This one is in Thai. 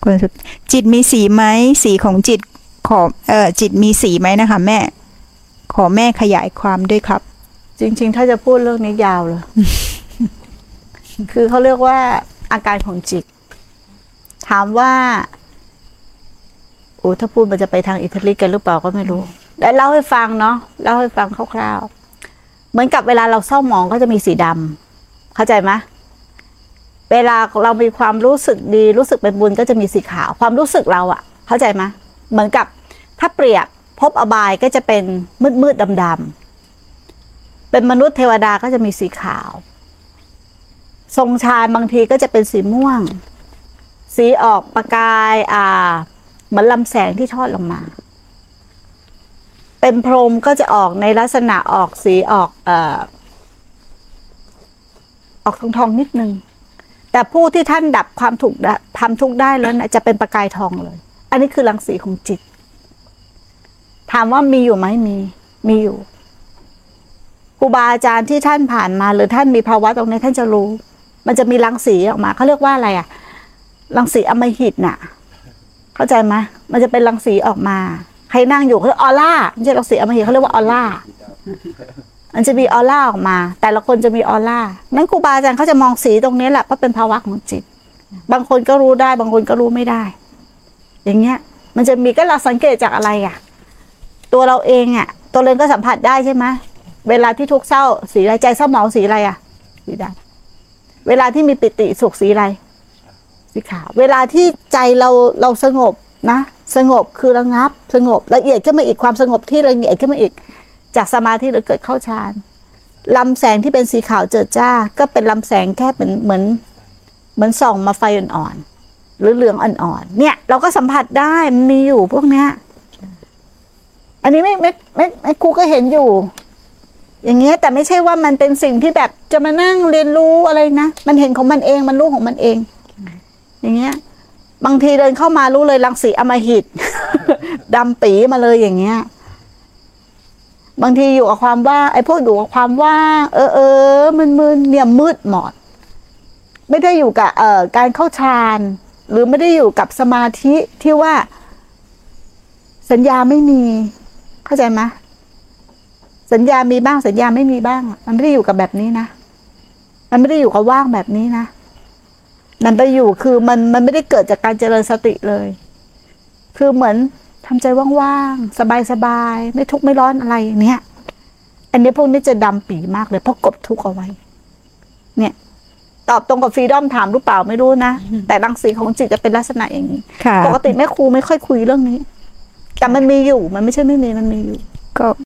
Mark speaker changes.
Speaker 1: คนสุดจิตมีสีไหมสีของจิตขอจิตมีสีไหมนะคะแม่ขอแม่ขยายความด้วยครับ
Speaker 2: จริงๆถ้าจะพูดเรื่องนี้ยาวเลย คือเขาเรียกว่าอาการของจิตถามว่าโอ้ถ้าพูดมันจะไปทางอิทธิฤทธิ์กันหรือเปล่าก็ไม่รู้แต่เล่าให้ฟังเนาะเล่าให้ฟังคร่าวๆเหมือนกับเวลาเราเศร้าหมองก็จะมีสีดำเข้าใจไหมเวลาเรามีความรู้สึกดีรู้สึกเป็นบุญก็จะมีสีขาวความรู้สึกเราอะเข้าใจไหมเหมือนกับถ้าเปรียบภพอบายก็จะเป็นมืดดำๆเป็นมนุษย์เทวดาก็จะมีสีขาวทรงฌานบางทีก็จะเป็นสีม่วงสีออกประกายเหมือนลำแสงที่ทอดลงมาเป็นพรหมก็จะออกในลักษณะออกสีออกทองนิดนึงแต่ผู้ที่ท่านดับความทุกข์ได้แล้วนะจะเป็นประกายทองเลยอันนี้คือรังสีของจิตถามว่ามีอยู่ไหมมีอยู่ครูบาอาจารย์ที่ท่านผ่านมาหรือท่านมีภาวะตรงนี้ท่านจะรู้มันจะมีรังสีออกมาเขาเรียกว่าอะไรอะรังสีอำมหิตน่ะเข้าใจไหมมันจะเป็นรังสีออกมาใครนั่งอยู่เขาเรียกออร่าไม่ใช่รังสีอำมหิตเขาเรียกว่าออร่ามันจะมีออร่าออกมาแต่ละคนจะมีออร่านั้นครูบาอาจารย์เขาจะมองสีตรงนี้แหละเพราะเป็นภาวะของจิตบางคนก็รู้ได้บางคนก็รู้ไม่ได้อย่างเงี้ยมันจะมีก็เราสังเกตจากอะไรอะตัวเราเองอะตัวเราก็สัมผัสได้ใช่ไหมเวลาที่ทุกข์เศร้าสีอะไรใจเศร้าหมองสีอะไรอะสีดำเวลาที่มีปิติสุขสีอะไรสีขาวเวลาที่ใจเราสงบนะสงบคือระงับสงบละเอียดขึ้นมาอีกความสงบที่ละเอียดขึ้นมาอีกจากสมาธิหรือเกิดเข้าฌานลำแสงที่เป็นสีขาวเจิดจ้าก็เป็นลำแสงแค่เป็นเหมือนส่องมาไฟอ่อนๆหรือเหลืองอ่อนๆเนี่ยเราก็สัมผัสได้มันมีอยู่พวกเนี้ยอันนี้ไม่ครูก็เห็นอยู่อย่างเงี้ยแต่ไม่ใช่ว่ามันเป็นสิ่งที่แบบจะมานั่งเรียนรู้อะไรนะมันเห็นของมันเองมันรู้ของมันเองอย่างเงี้ยบางทีเดินเข้ามารู้เลยรังสีอำมหิต ดำปีมาเลยอย่างเงี้ยบางทีอยู่กับความว่าไอ้พวกอยู่กับความว่ามึนเนี่ยมืดหมดไม่ได้อยู่กับการเข้าฌานหรือไม่ได้อยู่กับสมาธิที่ว่าสัญญาไม่มีเข้าใจไหมสัญญามีบ้างสัญญาไม่มีบ้างมันไม่ได้อยู่กับแบบนี้นะมันไม่ได้อยู่กับว่างแบบนี้นะมันไปอยู่คือมันไม่ได้เกิดจากการเจริญสติเลยคือเหมือนทำใจว่างๆสบายๆไม่ทุกข์ไม่ร้อนอะไรเนี่ยอันนี้พวกนี้จะดำปีมากเลยเพราะกดทุกข์เอาไว้เนี่ยตอบตรงกับฟรีดอมถามหรือเปล่าไม่รู้นะแต่รังสีของจิตจะเป็นลักษณะอย่างนี้ปกติแม่ครูไม่ค่อยคุยเรื่องนี้แต่มันมีอยู่มันไม่ใช่ไม่มีมันมีอยู่
Speaker 1: ก็